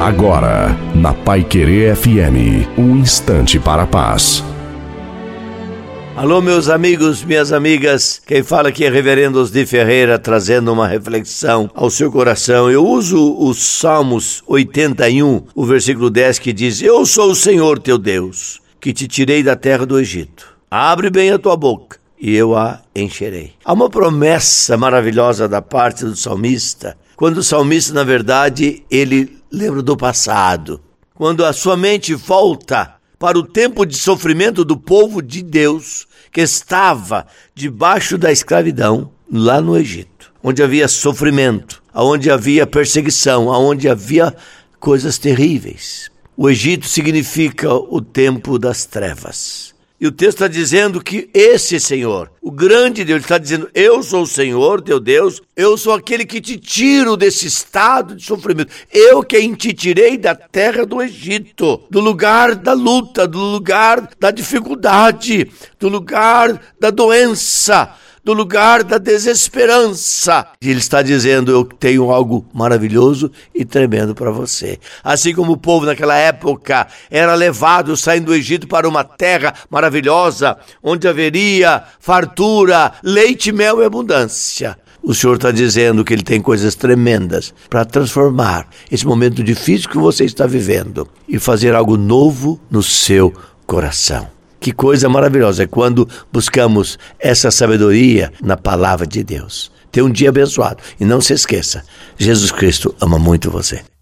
Agora, na Paiquerê FM, um instante para a paz. Alô, meus amigos, minhas amigas, quem fala aqui é Reverendo Osni Ferreira, trazendo uma reflexão ao seu coração. Eu uso os Salmos 81, o versículo 10, que diz: Eu sou o Senhor teu Deus, que te tirei da terra do Egito. Abre bem a tua boca e eu a encherei. Há uma promessa maravilhosa da parte do salmista, quando o salmista, na verdade, ele lembra do passado. Quando a sua mente volta para o tempo de sofrimento do povo de Deus, que estava debaixo da escravidão lá no Egito, onde havia sofrimento, onde havia perseguição, onde havia coisas terríveis. O Egito significa o tempo das trevas. E o texto está dizendo que esse Senhor, o grande Deus, está dizendo: eu sou o Senhor, teu Deus, eu sou aquele que te tiro desse estado de sofrimento. Eu quem te tirei da terra do Egito, do lugar da luta, do lugar da dificuldade, do lugar da doença, do lugar da desesperança. E ele está dizendo: eu tenho algo maravilhoso e tremendo para você. Assim como o povo naquela época era levado saindo do Egito para uma terra maravilhosa, onde haveria fartura, leite, mel e abundância. O Senhor está dizendo que Ele tem coisas tremendas para transformar esse momento difícil que você está vivendo e fazer algo novo no seu coração. Que coisa maravilhosa é quando buscamos essa sabedoria na palavra de Deus. Tenha um dia abençoado e não se esqueça, Jesus Cristo ama muito você.